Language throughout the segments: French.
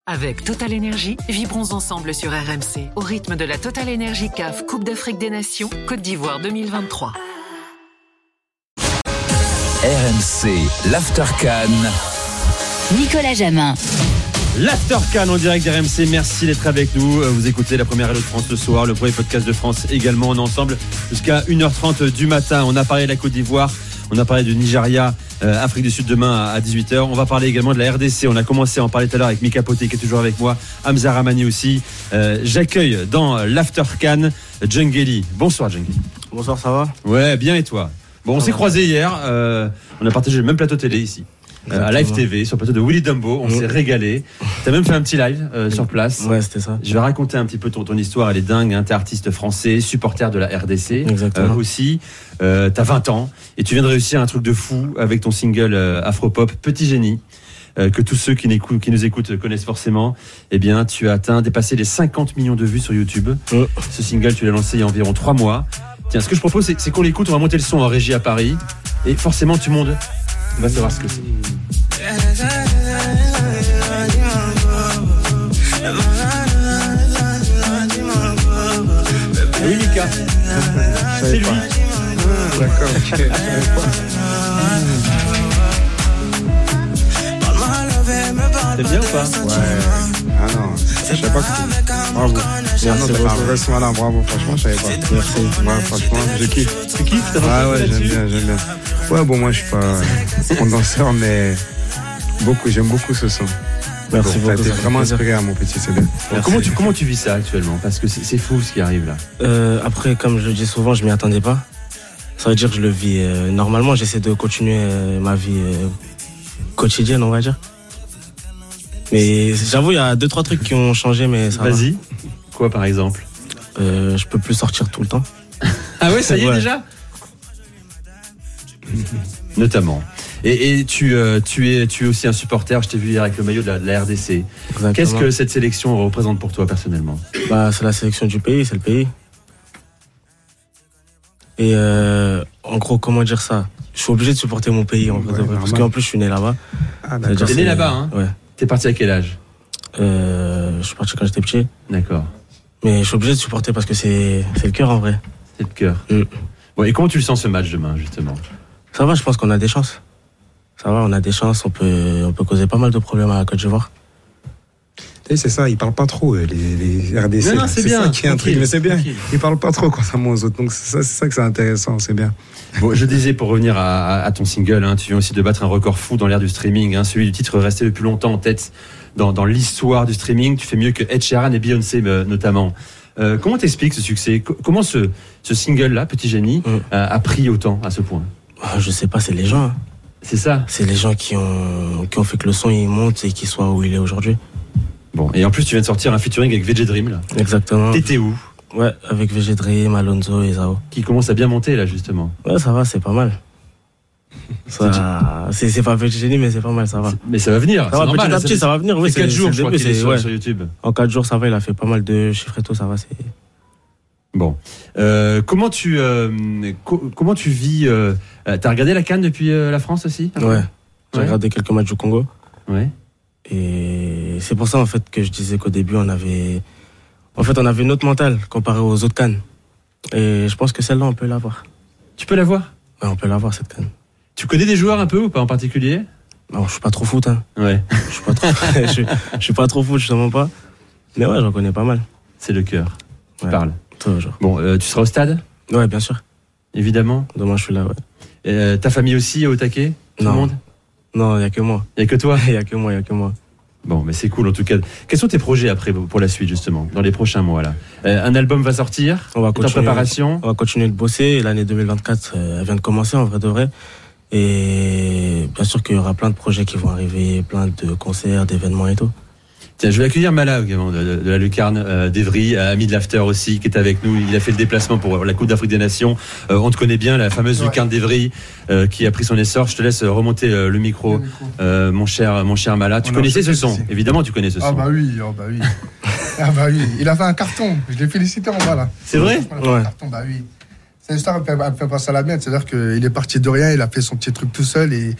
Avec Total Energy, vibrons ensemble sur RMC au rythme de la Total Energy CAF Coupe d'Afrique des Nations Côte d'Ivoire 2023. RMC, l'After CAN. Nicolas Jamin. L'After CAN en direct d'RMC, merci d'être avec nous. Vous écoutez la première Hello de France ce soir, le premier podcast de France également. On est ensemble jusqu'à 1h30 du matin. On a parlé de la Côte d'Ivoire, on a parlé du Nigeria, Afrique du Sud demain à 18h. On va parler également de la RDC. On a commencé à en parler tout à l'heure avec Mika Poté qui est toujours avec moi, Hamza Ramani aussi. J'accueille dans l'After CAN Djengeli. Bonsoir Djengeli. Bonsoir, ça va ? Ouais, bien et toi ? Bon, on s'est croisés hier, on a partagé le même plateau télé ici. À Live TV, sur le plateau de Willy Dumbo, on s'est régalé. T'as même fait un petit live sur place. Ouais, c'était ça. Je vais raconter un petit peu ton histoire, elle est dingue, hein. T'es artiste français, supporter de la RDC aussi. T'as 20 ans et tu viens de réussir un truc de fou avec ton single Afropop, Petit Génie, que tous ceux qui nous écoutent connaissent forcément. Eh bien, tu as dépassé les 50 millions de vues sur YouTube. Ce single, tu l'as lancé il y a environ 3 mois. Tiens, ce que je propose, c'est qu'on l'écoute, on va monter le son en régie à Paris. Et forcément, tout le monde va savoir ce que c'est. Oui, Mika. C'est lui. D'accord, ok. C'est bien ou pas? Ouais. Ah non, je savais pas que bravo. Merci, bravo, franchement, je savais pas. Merci. Ouais, franchement, je kiffe. Tu kiffes? Ouais, j'aime bien. Ouais, bon, moi, je suis pas un danseur, mais j'aime beaucoup ce son. Merci beaucoup. Ça a été vraiment inspiré à mon petit CD. Comment tu vis ça actuellement? Parce que c'est fou ce qui arrive là. Après, comme je le dis souvent, je m'y attendais pas. Ça veut dire que je le vis normalement. J'essaie de continuer ma vie quotidienne, on va dire. Mais j'avoue, il y a 2-3 trucs qui ont changé, mais ça Vas-y. Quoi par exemple? Je peux plus sortir tout le temps. Ah ouais, ça y est déjà? Notamment. Et tu es aussi un supporter, je t'ai vu hier avec le maillot de la RDC. Exactement. Qu'est-ce que cette sélection représente pour toi personnellement? C'est la sélection du pays, c'est le pays. Et en gros, comment dire ça? Je suis obligé de supporter mon pays en fait, parce qu'en plus je suis né là-bas. Ah d'accord. T'es né là-bas, hein? Ouais. T'es parti à quel âge? Je suis parti quand j'étais petit. D'accord. Mais je suis obligé de supporter parce que c'est le cœur en vrai. C'est le cœur. Bon, et comment tu le sens ce match demain justement? Ça va, je pense qu'on a des chances. Ça va, on a des chances, on peut causer pas mal de problèmes à la Côte d'Ivoire. C'est ça, ils parlent pas trop, les RDC. Non, c'est bien. Ça qui est un truc, mais c'est bien. Ils parlent pas trop contrairement aux autres, donc c'est ça que c'est intéressant, c'est bien. Bon, je disais pour revenir à ton single, hein, tu viens aussi de battre un record fou dans l'ère du streaming, hein, celui du titre resté le plus longtemps en tête dans l'histoire du streaming. Tu fais mieux que Ed Sheeran et Beyoncé notamment. Comment t'expliques ce succès? Comment ce single-là, Petit Génie, a pris autant à ce point? Je sais pas, c'est les gens. Hein. C'est ça. C'est les gens qui ont fait que le son il monte et qu'il soit où il est aujourd'hui. Bon, et en plus tu viens de sortir un featuring avec VG Dream là. Exactement. T'étais où? Ouais, avec VG Dream, Alonso et Zao. Qui commence à bien monter là justement. Ouais, ça va, c'est pas mal. C'est pas VG Génie, mais c'est pas mal, ça va. Mais ça va venir. Ça va, normal, petit à petit, ça va venir. Oui, c'est 4 jours, je crois qu'il est sur YouTube. En 4 jours, ça va, il a fait pas mal de chiffres et tout, ça va. Bon. Comment tu vis t'as regardé la CAN depuis la France aussi? Ouais. J'ai regardé quelques matchs du Congo. Ouais. Et c'est pour ça en fait que je disais qu'au début on avait une autre mentale comparé aux autres CAN. Et je pense que celle-là on peut l'avoir. Tu peux l'avoir? Ouais, on peut l'avoir cette CAN. Tu connais des joueurs un peu ou pas en particulier? Non, je suis pas trop foot. Hein. Ouais. Je suis pas trop foot, justement pas. Mais ouais, j'en connais pas mal. C'est le cœur qui parle. Toujours. Bon, tu seras au stade? Ouais, bien sûr. Évidemment. Demain je suis là, ouais. Ta famille aussi est au taquet? Tout le monde? Non, il n'y a que moi. Il n'y a que toi? Il n'y a que moi. Bon, mais c'est cool en tout cas. Quels sont tes projets après pour la suite justement, dans les prochains mois là? Un album va sortir? On va continuer, en préparation? On va continuer de bosser. L'année 2024, elle vient de commencer en vrai de vrai. Et bien sûr qu'il y aura plein de projets qui vont arriver, plein de concerts, d'événements et tout. Tiens, je vais accueillir Mala également, de la lucarne d'Evry, ami de l'After aussi, qui est avec nous. Il a fait le déplacement pour la Coupe d'Afrique des Nations. On te connaît bien, la fameuse lucarne d'Evry qui a pris son essor. Je te laisse remonter le micro, mon cher Mala. Tu connaissais ce son? Évidemment, tu connais ce son. Ah bah oui. Ah bah oui. Il a fait un carton. Je l'ai félicité en bas là. C'est vrai? Ouais. Un carton, bah oui. C'est une histoire, elle me fait penser à la mienne. C'est-à-dire qu'il est parti de rien, il a fait son petit truc tout seul et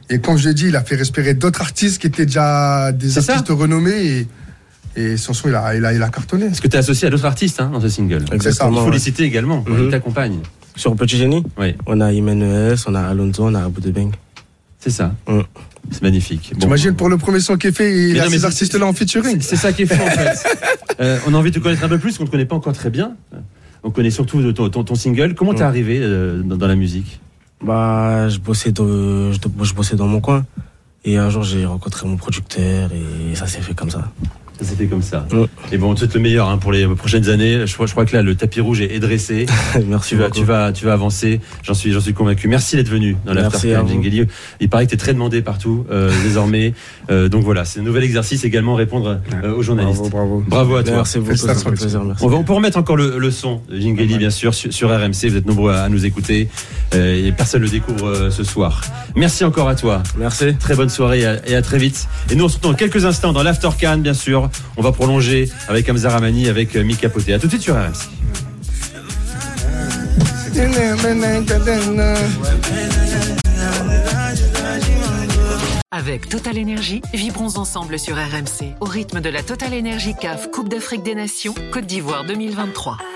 Et comme je l'ai dit, il a fait respirer d'autres artistes qui étaient déjà des artistes renommés. Et son son, il a cartonné. Parce que tu es associé à d'autres artistes dans ce single. Exactement. Il faut les citer également. Ils t'accompagnent. Sur Petit Génie, on a Imen ES, on a Alonso, on a Abou de Beng. C'est ça. C'est magnifique. T'imagines pour le premier son qu'il fait, il a ces artistes-là en featuring. C'est ça qui est fou en fait. On a envie de te connaître un peu plus, qu'on ne te connaît pas encore très bien. On connaît surtout ton single. Comment t'es arrivé dans la musique? Je bossais dans mon coin. Et un jour, j'ai rencontré mon producteur et ça s'est fait comme ça. Ça s'est fait comme ça. Et bon, on te souhaite le meilleur pour les prochaines années. Je crois que là, le tapis rouge est dressé. Merci. Tu vas avancer. J'en suis convaincu. Merci d'être venu dans l'Aftercan, Djingueli. Il paraît que tu es très demandé partout désormais. Donc voilà, c'est un nouvel exercice également, répondre aux journalistes. Bravo à toi. Merci beaucoup. Ça fait plaisir. Merci. On peut remettre encore le son de Djingueli, bien sûr, sur RMC. Vous êtes nombreux à nous écouter. Et personne ne le découvre ce soir. Merci encore à toi. Merci. Très bonne soirée et à très vite. Et nous, on se retrouve dans quelques instants dans l'Aftercan, bien sûr. On va prolonger avec Hamza Ramani, avec Mika Poté. À tout de suite sur RMC. Avec Total Énergie, vibrons ensemble sur RMC au rythme de la Total Énergie CAF Coupe d'Afrique des Nations Côte d'Ivoire 2023.